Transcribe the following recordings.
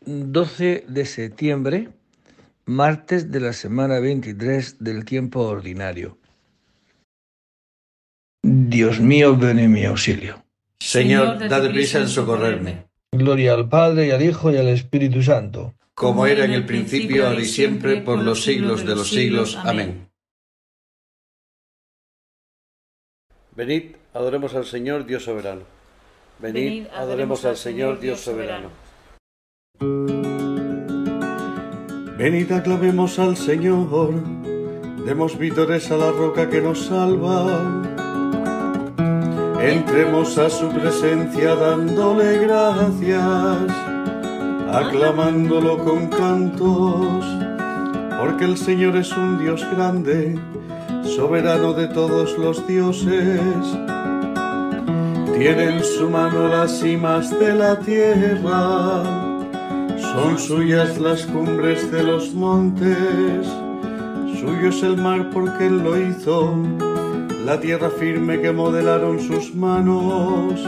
12 de septiembre, martes de la semana 23 del tiempo ordinario. Dios mío, ven en mi auxilio. Señor, date prisa en socorrerme. Gloria al Padre, y al Hijo, y al Espíritu Santo. Como era en el principio, ahora y siempre, por los siglos de los siglos. Amén. Venid, adoremos al Señor, Dios soberano. Venid, adoremos al Señor, Dios soberano. Venid, aclamemos al Señor, demos vítores a la roca que nos salva. Entremos a su presencia dándole gracias, aclamándolo con cantos, porque el Señor es un Dios grande, soberano de todos los dioses. Tiene en su mano las cimas de la tierra, son suyas las cumbres de los montes, suyo es el mar porque Él lo hizo, la tierra firme que modelaron sus manos.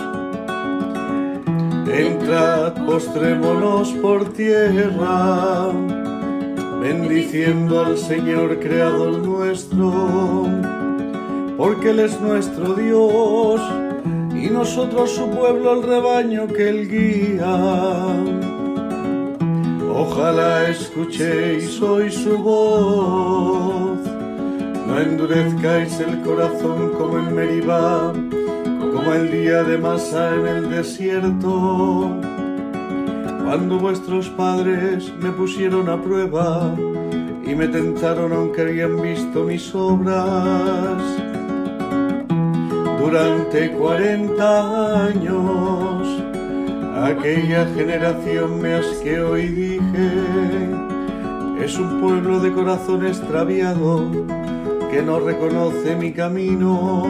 Entrad, postrémonos por tierra, bendiciendo al Señor Creador nuestro, porque Él es nuestro Dios, y nosotros su pueblo, el rebaño que Él guía. Ojalá escuchéis hoy su voz, no endurezcáis el corazón como en Meribá, como el día de Masá en el desierto, cuando vuestros padres me pusieron a prueba y me tentaron aunque habían visto mis obras. Durante 40 años aquella generación me asqueó y dije: es un pueblo de corazón extraviado que no reconoce mi camino.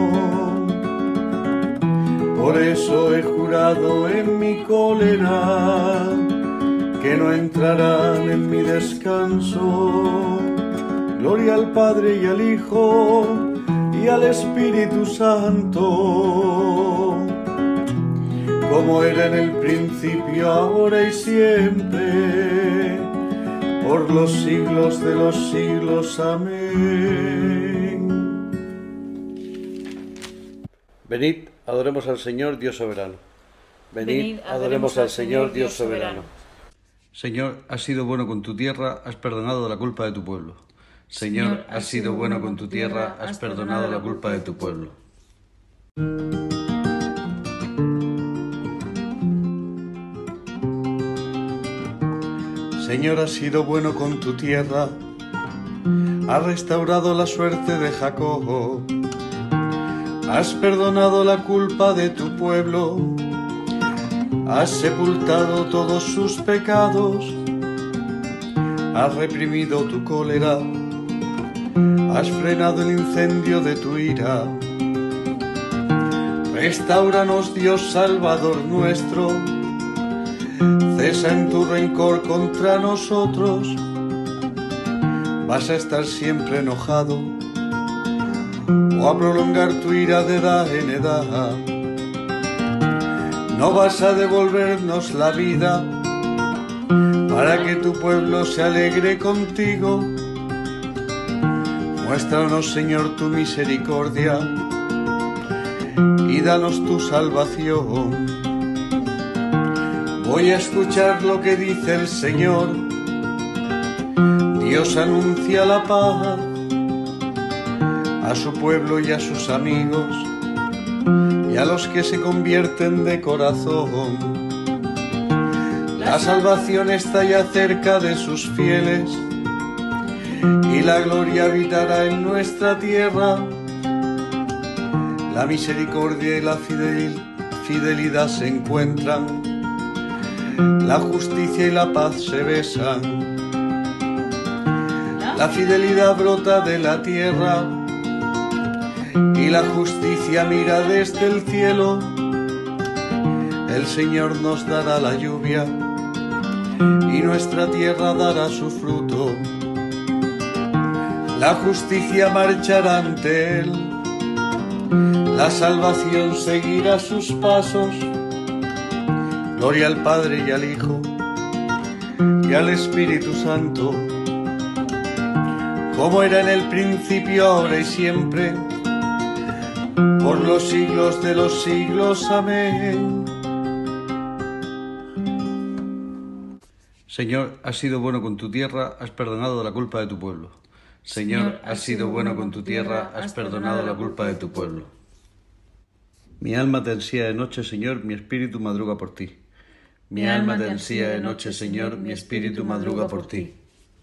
Por eso he jurado en mi cólera que no entrarán en mi descanso. Gloria al Padre y al Hijo y al Espíritu Santo, como era en el principio, ahora y siempre, por los siglos de los siglos. Amén. Venid, adoremos al Señor, Dios soberano. Venid, adoremos al Señor, Dios soberano. Señor, has sido bueno con tu tierra, has perdonado la culpa de tu pueblo. Señor, has sido bueno con tu tierra, has perdonado la culpa de tu pueblo. Señor, has sido bueno con tu tierra, has restaurado la suerte de Jacob, has perdonado la culpa de tu pueblo, has sepultado todos sus pecados, has reprimido tu cólera, has frenado el incendio de tu ira. Restáuranos, Dios Salvador nuestro, cesa en tu rencor contra nosotros. ¿Vas a estar siempre enojado o a prolongar tu ira de edad en edad? ¿No vas a devolvernos la vida para que tu pueblo se alegre contigo? Muéstranos, Señor, tu misericordia y danos tu salvación. Voy a escuchar lo que dice el Señor. Dios anuncia la paz a su pueblo y a sus amigos y a los que se convierten de corazón. La salvación está ya cerca de sus fieles y la gloria habitará en nuestra tierra. La misericordia y la fidelidad se encuentran, la justicia y la paz se besan. La fidelidad brota de la tierra y la justicia mira desde el cielo. El Señor nos dará la lluvia y nuestra tierra dará su fruto. La justicia marchará ante Él, la salvación seguirá sus pasos. Gloria al Padre y al Hijo y al Espíritu Santo, como era en el principio, ahora y siempre, por los siglos de los siglos. Amén. Señor, has sido bueno con tu tierra, has perdonado la culpa de tu pueblo. Señor, has sido bueno con tu tierra, has perdonado la culpa de tu pueblo. Mi alma te ansía de noche, Señor, mi espíritu madruga por ti. Mi alma te ansía de noche, Señor, mi espíritu madruga por ti.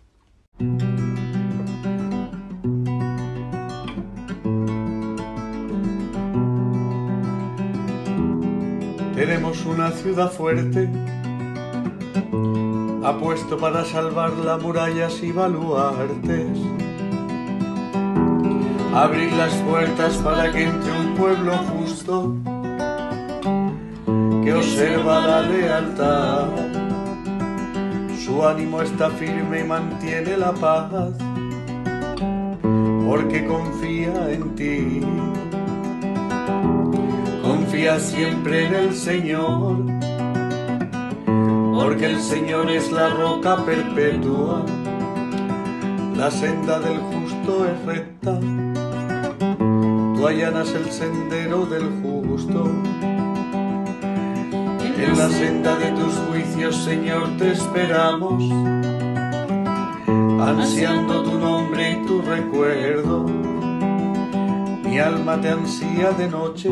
Tenemos una ciudad fuerte, apuesto para salvarla murallas y baluartes. Abrir las puertas para que entre un pueblo justo que observa la lealtad. Su ánimo está firme y mantiene la paz, porque confía en ti. Confía siempre en el Señor, porque el Señor es la roca perpetua. La senda del justo es recta, tú allanas el sendero del justo. En la senda de tus juicios, Señor, te esperamos, ansiando tu nombre y tu recuerdo. Mi alma te ansía de noche,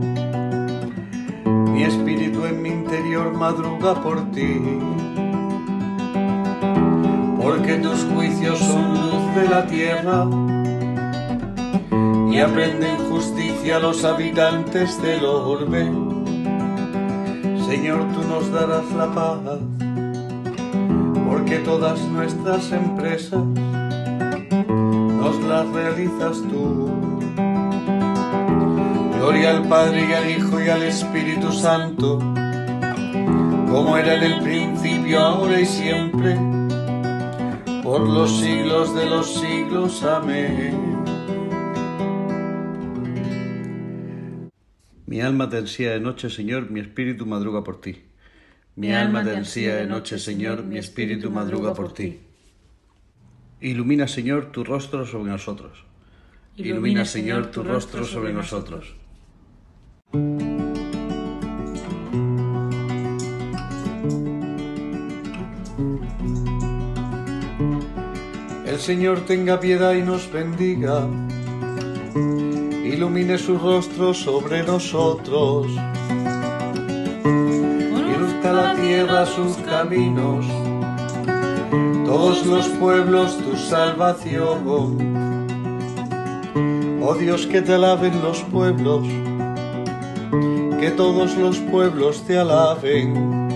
mi espíritu en mi interior madruga por ti. Porque tus juicios son luz de la tierra y aprenden justicia a los habitantes del orbe. Señor, tú nos darás la paz, porque todas nuestras empresas nos las realizas tú. Gloria al Padre y al Hijo y al Espíritu Santo, como era en el principio, ahora y siempre, por los siglos de los siglos. Amén. Mi alma te ansía de noche, Señor, mi espíritu madruga por ti. Mi alma te ansía de noche, Señor, mi espíritu madruga por ti. Ilumina, Señor, tu rostro sobre nosotros. Ilumina, Señor, tu rostro sobre nosotros. El Señor tenga piedad y nos bendiga, ilumine su rostro sobre nosotros, ilumina la tierra sus caminos, todos los pueblos tu salvación. Oh Dios, que te alaben los pueblos, que todos los pueblos te alaben,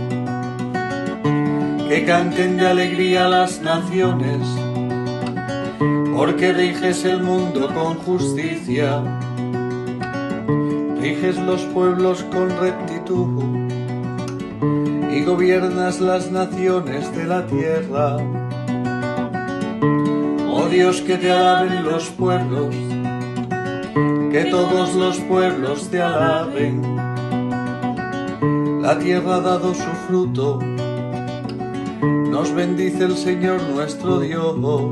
que canten de alegría las naciones, porque riges el mundo con justicia, riges los pueblos con rectitud y gobiernas las naciones de la tierra. Oh Dios, que te alaben los pueblos, que todos los pueblos te alaben. La tierra ha dado su fruto, nos bendice el Señor nuestro Dios.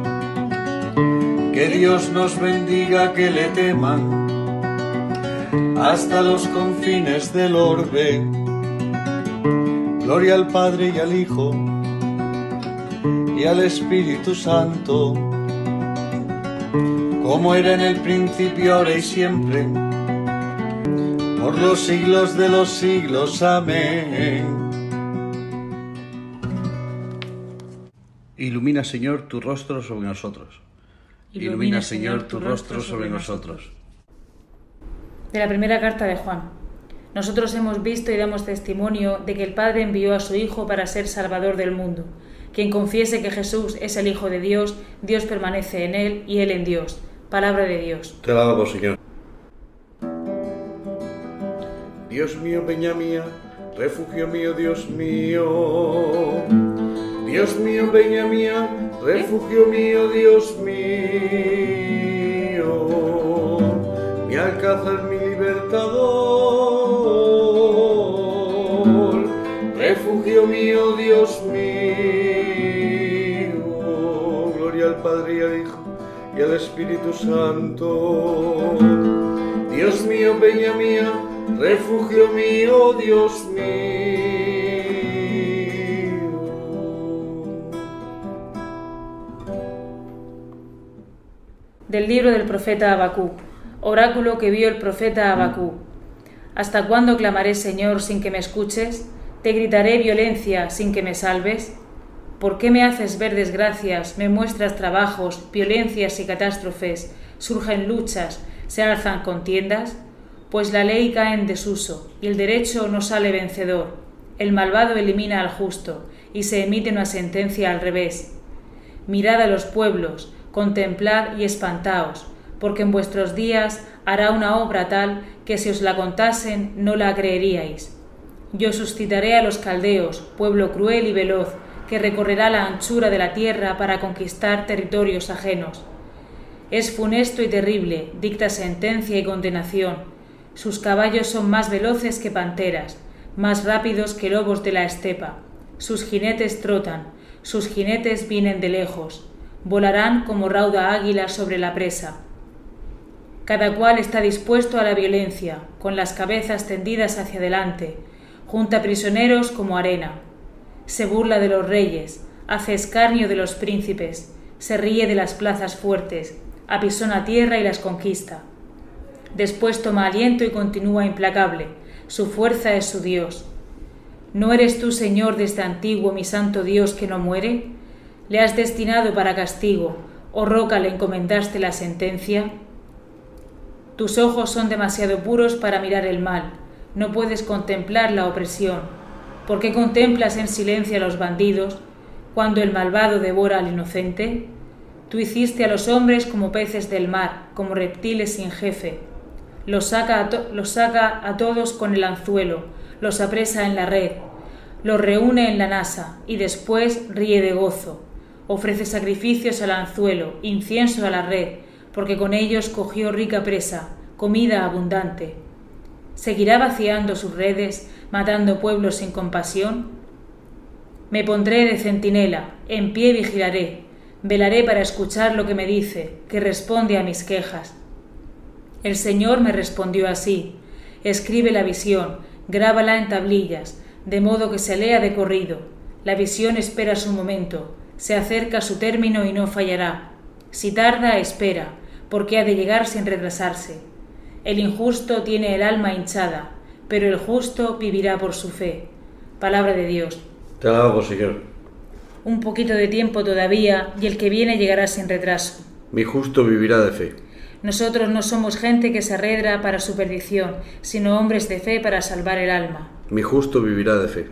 Que Dios nos bendiga, que le teman hasta los confines del orbe. Gloria al Padre y al Hijo y al Espíritu Santo, como era en el principio, ahora y siempre, por los siglos de los siglos. Amén. Ilumina, Señor, tu rostro sobre nosotros. Ilumina, Señor, tu rostro sobre nosotros. De la primera carta de Juan. Nosotros hemos visto y damos testimonio de que el Padre envió a su Hijo para ser Salvador del mundo. Quien confiese que Jesús es el Hijo de Dios, Dios permanece en él y él en Dios. Palabra de Dios. Te alabamos, Señor. Dios mío, peña mía, refugio mío, Dios mío. Dios mío, peña mía, refugio mío, Dios mío. Mi alcázar, mi libertador, refugio mío, Dios mío. Espíritu Santo. Dios mío, peña mía, refugio mío, Dios mío. Del libro del profeta Habacuc, oráculo que vio el profeta Habacuc. ¿Hasta cuándo clamaré, Señor, sin que me escuches? ¿Te gritaré violencia sin que me salves? ¿Por qué me haces ver desgracias, me muestras trabajos, violencias y catástrofes? Surgen luchas, se alzan contiendas. Pues la ley cae en desuso, y el derecho no sale vencedor. El malvado elimina al justo, y se emite una sentencia al revés. Mirad a los pueblos, contemplad y espantaos, porque en vuestros días hará una obra tal que si os la contasen no la creeríais. Yo suscitaré a los caldeos, pueblo cruel y veloz, que recorrerá la anchura de la tierra para conquistar territorios ajenos. Es funesto y terrible, dicta sentencia y condenación. Sus caballos son más veloces que panteras, más rápidos que lobos de la estepa. Sus jinetes trotan, sus jinetes vienen de lejos. Volarán como rauda águila sobre la presa. Cada cual está dispuesto a la violencia, con las cabezas tendidas hacia adelante, junta prisioneros como arena. Se burla de los reyes, hace escarnio de los príncipes, se ríe de las plazas fuertes, apisona tierra y las conquista. Después toma aliento y continúa implacable, su fuerza es su Dios. ¿No eres tú, Señor, desde antiguo, mi santo Dios, que no muere? ¿Le has destinado para castigo, o roca le encomendaste la sentencia? Tus ojos son demasiado puros para mirar el mal, no puedes contemplar la opresión. ¿Por qué contemplas en silencio a los bandidos, cuando el malvado devora al inocente? Tú hiciste a los hombres como peces del mar, como reptiles sin jefe. Los saca a todos con el anzuelo, los apresa en la red, los reúne en la nasa, y después ríe de gozo. Ofrece sacrificios al anzuelo, incienso a la red, porque con ellos cogió rica presa, comida abundante. ¿Seguirá vaciando sus redes, matando pueblos sin compasión? Me pondré de centinela, en pie vigilaré, velaré para escuchar lo que me dice, que responde a mis quejas. El Señor me respondió así: escribe la visión, grábala en tablillas, de modo que se lea de corrido. La visión espera su momento, se acerca a su término y no fallará. Si tarda, espera, porque ha de llegar sin retrasarse. El injusto tiene el alma hinchada, pero el justo vivirá por su fe. Palabra de Dios. Te alabo, Señor. Un poquito de tiempo todavía, y el que viene llegará sin retraso. Mi justo vivirá de fe. Nosotros no somos gente que se arredra para su perdición, sino hombres de fe para salvar el alma. Mi justo vivirá de fe.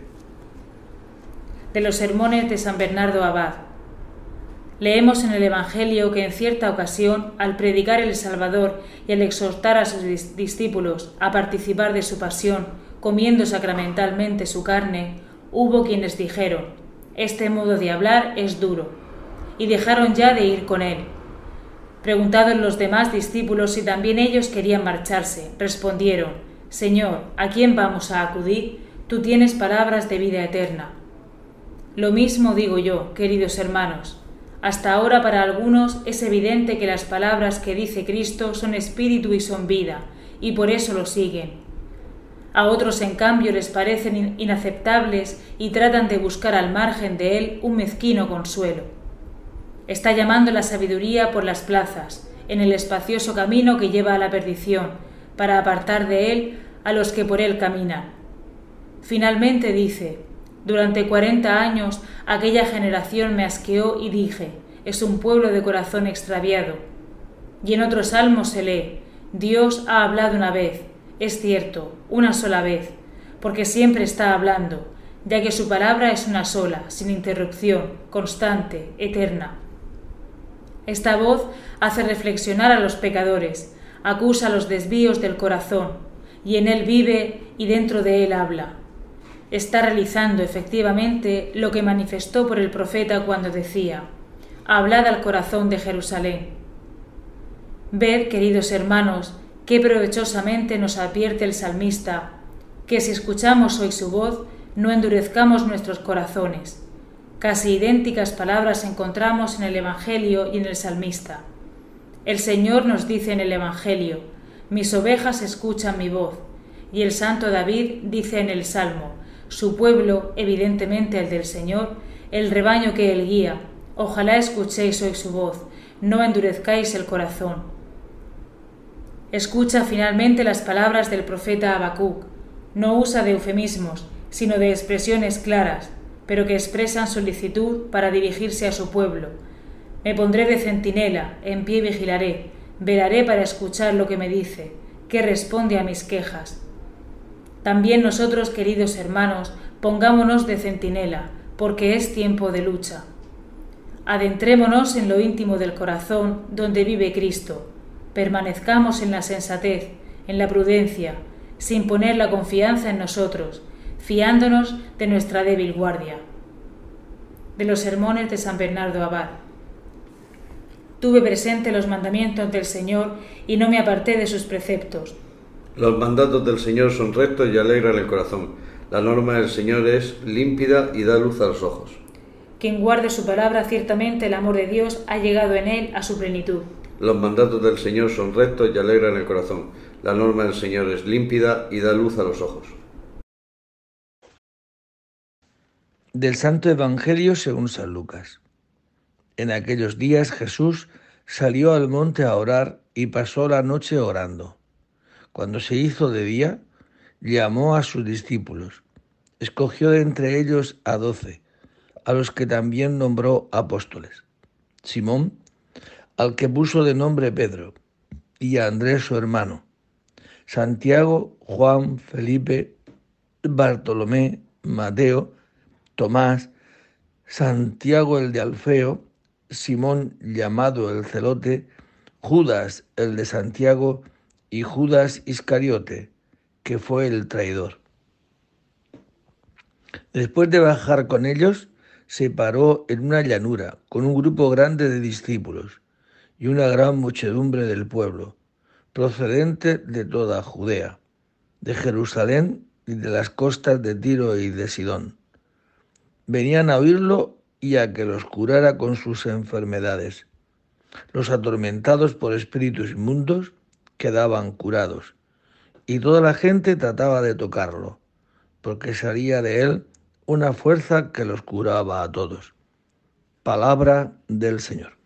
De los sermones de San Bernardo Abad. Leemos en el Evangelio que en cierta ocasión, al predicar el Salvador y al exhortar a sus discípulos a participar de su pasión, comiendo sacramentalmente su carne, hubo quienes dijeron: este modo de hablar es duro, y dejaron ya de ir con él. Preguntados los demás discípulos si también ellos querían marcharse, respondieron: Señor, ¿a quién vamos a acudir? Tú tienes palabras de vida eterna. Lo mismo digo yo, queridos hermanos. Hasta ahora para algunos es evidente que las palabras que dice Cristo son espíritu y son vida, y por eso lo siguen. A otros, en cambio, les parecen inaceptables y tratan de buscar al margen de él un mezquino consuelo. Está llamando la sabiduría por las plazas, en el espacioso camino que lleva a la perdición, para apartar de él a los que por él caminan. Finalmente dice: durante 40 años aquella generación me asqueó y dije: es un pueblo de corazón extraviado. Y en otros salmos se lee: Dios ha hablado una vez, es cierto, una sola vez, porque siempre está hablando, ya que su palabra es una sola, sin interrupción, constante, eterna. Esta voz hace reflexionar a los pecadores, acusa los desvíos del corazón, y en él vive y dentro de él habla. Está realizando efectivamente lo que manifestó por el profeta cuando decía: hablad al corazón de Jerusalén. Ved, queridos hermanos, qué provechosamente nos advierte el salmista, que si escuchamos hoy su voz, no endurezcamos nuestros corazones. Casi idénticas palabras encontramos en el Evangelio y en el salmista. El Señor nos dice en el Evangelio: mis ovejas escuchan mi voz. Y el santo David dice en el Salmo: su pueblo, evidentemente el del Señor, el rebaño que él guía. Ojalá escuchéis hoy su voz, no endurezcáis el corazón. Escucha finalmente las palabras del profeta Habacuc. No usa de eufemismos, sino de expresiones claras, pero que expresan solicitud para dirigirse a su pueblo. Me pondré de centinela, en pie vigilaré, velaré para escuchar lo que me dice, que responde a mis quejas. También nosotros, queridos hermanos, pongámonos de centinela, porque es tiempo de lucha. Adentrémonos en lo íntimo del corazón, donde vive Cristo. Permanezcamos en la sensatez, en la prudencia, sin poner la confianza en nosotros, fiándonos de nuestra débil guardia. De los sermones de San Bernardo Abad. Tuve presente los mandamientos del Señor y no me aparté de sus preceptos. Los mandatos del Señor son rectos y alegran el corazón. La norma del Señor es límpida y da luz a los ojos. Quien guarde su palabra, ciertamente el amor de Dios ha llegado en él a su plenitud. Los mandatos del Señor son rectos y alegran el corazón. La norma del Señor es límpida y da luz a los ojos. Del Santo Evangelio según San Lucas. En aquellos días Jesús salió al monte a orar y pasó la noche orando. Cuando se hizo de día, llamó a sus discípulos. Escogió de entre ellos a 12, a los que también nombró apóstoles. Simón, al que puso de nombre Pedro, y a Andrés su hermano, Santiago, Juan, Felipe, Bartolomé, Mateo, Tomás, Santiago el de Alfeo, Simón llamado el Celote, Judas el de Santiago y Judas Iscariote, que fue el traidor. Después de bajar con ellos, se paró en una llanura con un grupo grande de discípulos y una gran muchedumbre del pueblo, procedente de toda Judea, de Jerusalén y de las costas de Tiro y de Sidón. Venían a oírlo y a que los curara con sus enfermedades. Los atormentados por espíritus inmundos quedaban curados, y toda la gente trataba de tocarlo, porque salía de él una fuerza que los curaba a todos. Palabra del Señor.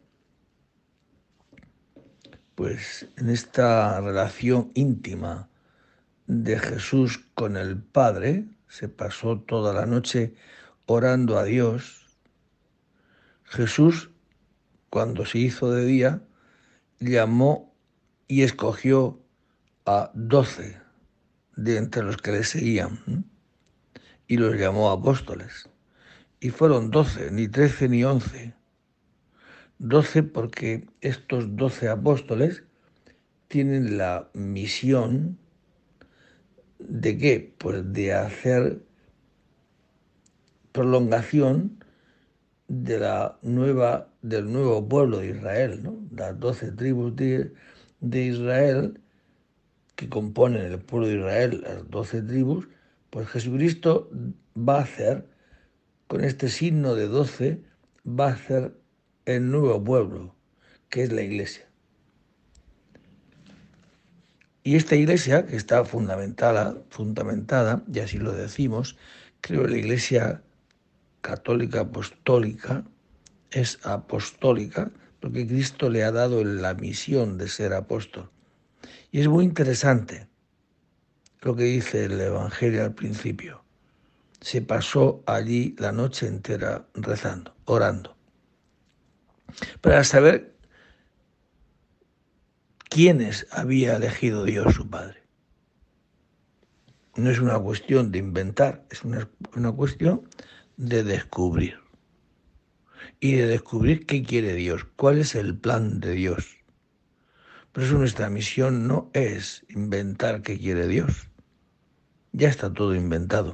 Pues en esta relación íntima de Jesús con el Padre, se pasó toda la noche orando a Dios. Jesús, cuando se hizo de día, llamó y escogió a 12 de entre los que le seguían, y los llamó apóstoles. Y fueron 12, ni 13 ni 11. 12 porque estos 12 apóstoles tienen la misión ¿de qué? Pues de hacer prolongación del nuevo pueblo de Israel, ¿no? Las 12 tribus de Israel que componen el pueblo de Israel, las 12 tribus, pues Jesucristo va a hacer, con este signo de 12, va a hacer el nuevo pueblo, que es la Iglesia. Y esta Iglesia, que está fundamentada, y así lo decimos, creo que la Iglesia católica apostólica es apostólica porque Cristo le ha dado la misión de ser apóstol. Y es muy interesante lo que dice el Evangelio al principio. Se pasó allí la noche entera rezando, orando, para saber quiénes había elegido Dios su Padre. No es una cuestión de inventar, es una cuestión de descubrir. Y de descubrir qué quiere Dios, cuál es el plan de Dios. Por eso nuestra misión no es inventar qué quiere Dios. Ya está todo inventado.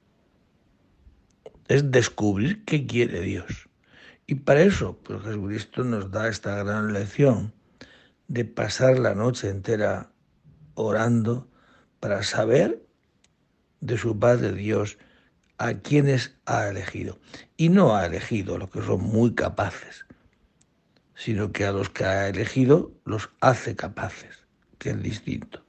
Es descubrir qué quiere Dios. Y para eso, pues Jesucristo nos da esta gran lección de pasar la noche entera orando para saber de su Padre Dios a quienes ha elegido. Y no ha elegido a los que son muy capaces, sino que a los que ha elegido los hace capaces, que es distinto.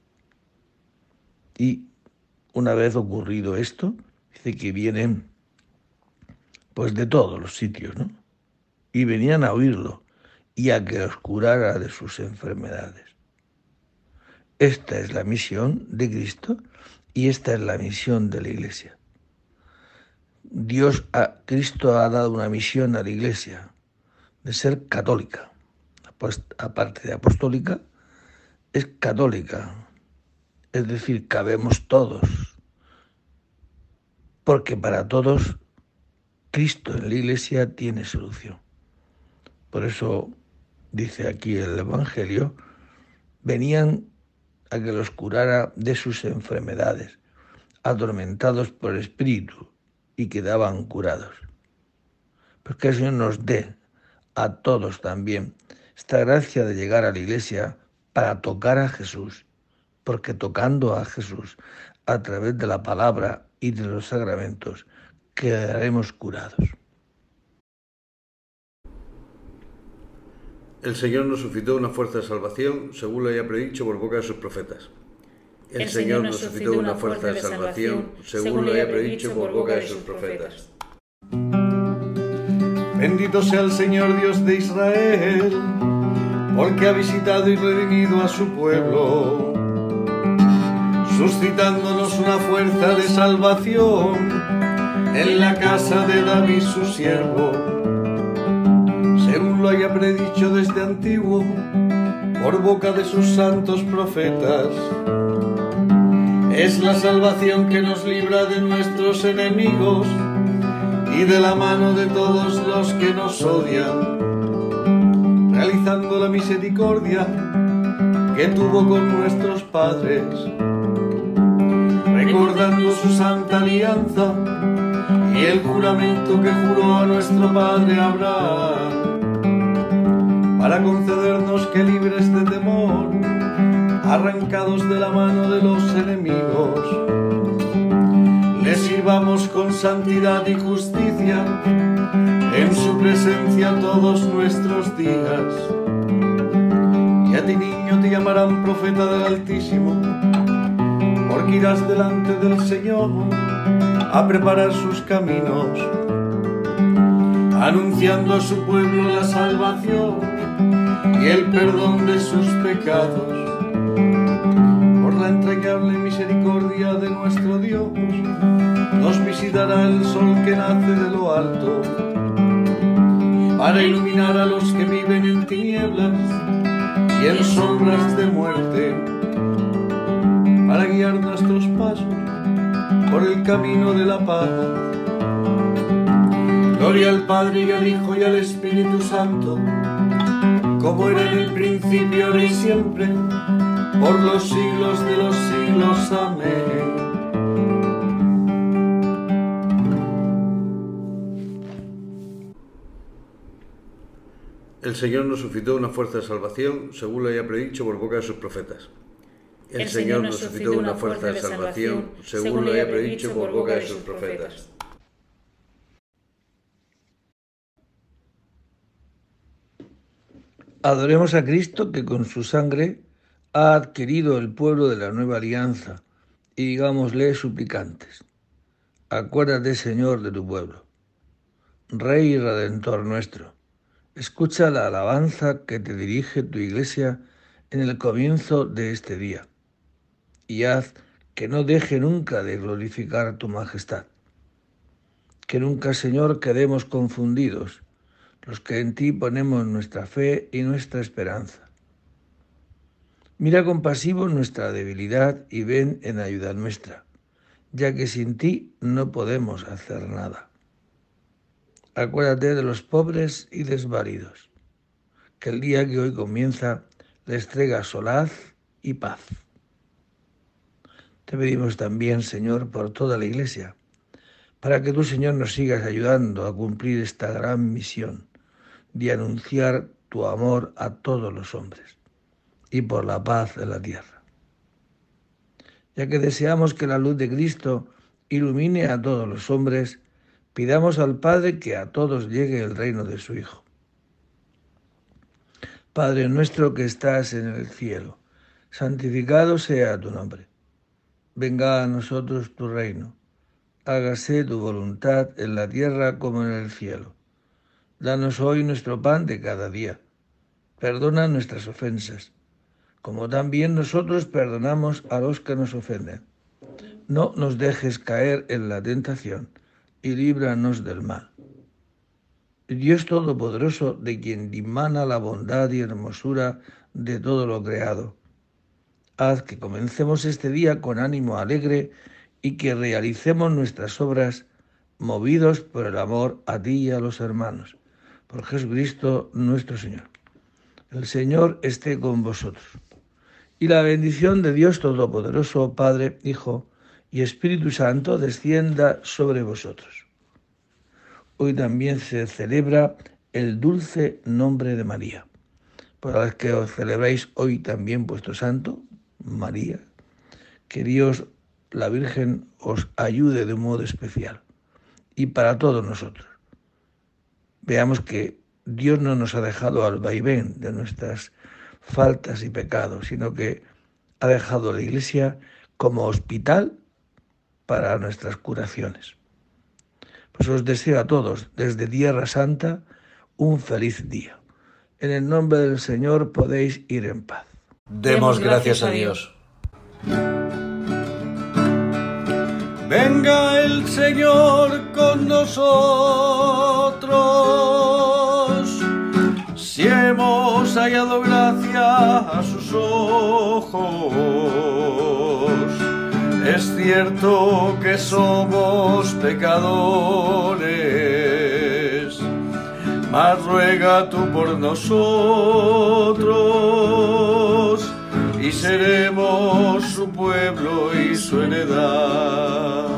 Y una vez ocurrido esto, dice que vienen pues de todos los sitios, ¿no? Y venían a oírlo y a que los curara de sus enfermedades. Esta es la misión de Cristo y esta es la misión de la Iglesia. Cristo ha dado una misión a la Iglesia de ser católica. Pues, aparte de apostólica, es católica. Es decir, cabemos todos. Porque para todos, Cristo en la Iglesia tiene solución. Por eso dice aquí el Evangelio, venían a que los curara de sus enfermedades, atormentados por el espíritu, y quedaban curados. Pues que el Señor nos dé a todos también esta gracia de llegar a la Iglesia para tocar a Jesús, porque tocando a Jesús a través de la palabra y de los sacramentos quedaremos curados. El Señor nos suscitó una fuerza de salvación, según lo haya predicho por boca de sus profetas. El Señor nos suscitó una fuerza de salvación, según lo haya predicho por boca de sus profetas. Bendito sea el Señor Dios de Israel, porque ha visitado y redimido a su pueblo, suscitándonos una fuerza de salvación en la casa de David su siervo, según lo haya predicho desde antiguo por boca de sus santos profetas. Es la salvación que nos libra de nuestros enemigos y de la mano de todos los que nos odian, realizando la misericordia que tuvo con nuestros padres, recordando su santa alianza y el juramento que juró a nuestro padre Abraham, para concedernos que libres de temor, arrancados de la mano de los enemigos, le sirvamos con santidad y justicia en su presencia todos nuestros días. Y a ti, niño, te llamarán profeta del Altísimo, porque irás delante del Señor a preparar sus caminos, anunciando a su pueblo la salvación y el perdón de sus pecados. Por la entrañable misericordia de nuestro Dios, nos visitará el sol que nace de lo alto, para iluminar a los que viven en tinieblas y en sombras de muerte, para guiar nuestros pasos por el camino de la paz. Gloria al Padre y al Hijo y al Espíritu Santo, como era en el principio, ahora y siempre, por los siglos de los siglos. Amén. El Señor nos suscitó una fuerza de salvación, según lo haya predicho por boca de sus profetas. El Señor nos suscitó una fuerza de salvación, según lo haya predicho por boca de sus profetas. Adoremos a Cristo, que con su sangre ha adquirido el pueblo de la nueva alianza, y digámosle suplicantes: acuérdate, Señor, de tu pueblo. Rey y Redentor nuestro, escucha la alabanza que te dirige tu Iglesia en el comienzo de este día, y haz que no deje nunca de glorificar tu majestad. Que nunca, Señor, quedemos confundidos los que en ti ponemos nuestra fe y nuestra esperanza. Mira compasivo nuestra debilidad y ven en ayuda nuestra, ya que sin ti no podemos hacer nada. Acuérdate de los pobres y desvalidos, que el día que hoy comienza les traiga solaz y paz. Te pedimos también, Señor, por toda la Iglesia, para que tú, Señor, nos sigas ayudando a cumplir esta gran misión de anunciar tu amor a todos los hombres y por la paz en la tierra. Ya que deseamos que la luz de Cristo ilumine a todos los hombres, pidamos al Padre que a todos llegue el reino de su Hijo. Padre nuestro que estás en el cielo, santificado sea tu nombre. Venga a nosotros tu reino. Hágase tu voluntad en la tierra como en el cielo. Danos hoy nuestro pan de cada día. Perdona nuestras ofensas, como también nosotros perdonamos a los que nos ofenden. No nos dejes caer en la tentación y líbranos del mal. Dios Todopoderoso, de quien dimana la bondad y hermosura de todo lo creado, haz que comencemos este día con ánimo alegre y que realicemos nuestras obras movidos por el amor a ti y a los hermanos. Por Jesucristo nuestro Señor. El Señor esté con vosotros. Y la bendición de Dios Todopoderoso, Padre, Hijo y Espíritu Santo, descienda sobre vosotros. Hoy también se celebra el dulce nombre de María. Por las que os celebráis hoy también vuestro santo, María, que Dios, la Virgen, os ayude de un modo especial. Y para todos nosotros. Veamos que Dios no nos ha dejado al vaivén de nuestras faltas y pecados, sino que ha dejado a la Iglesia como hospital para nuestras curaciones. Pues os deseo a todos, desde Tierra Santa, un feliz día. En el nombre del Señor podéis ir en paz. Demos gracias a Dios. Venga el Señor con nosotros, si hemos hallado gracia a sus ojos. Es cierto que somos pecadores, mas ruega tú por nosotros, y seremos su pueblo y su heredad.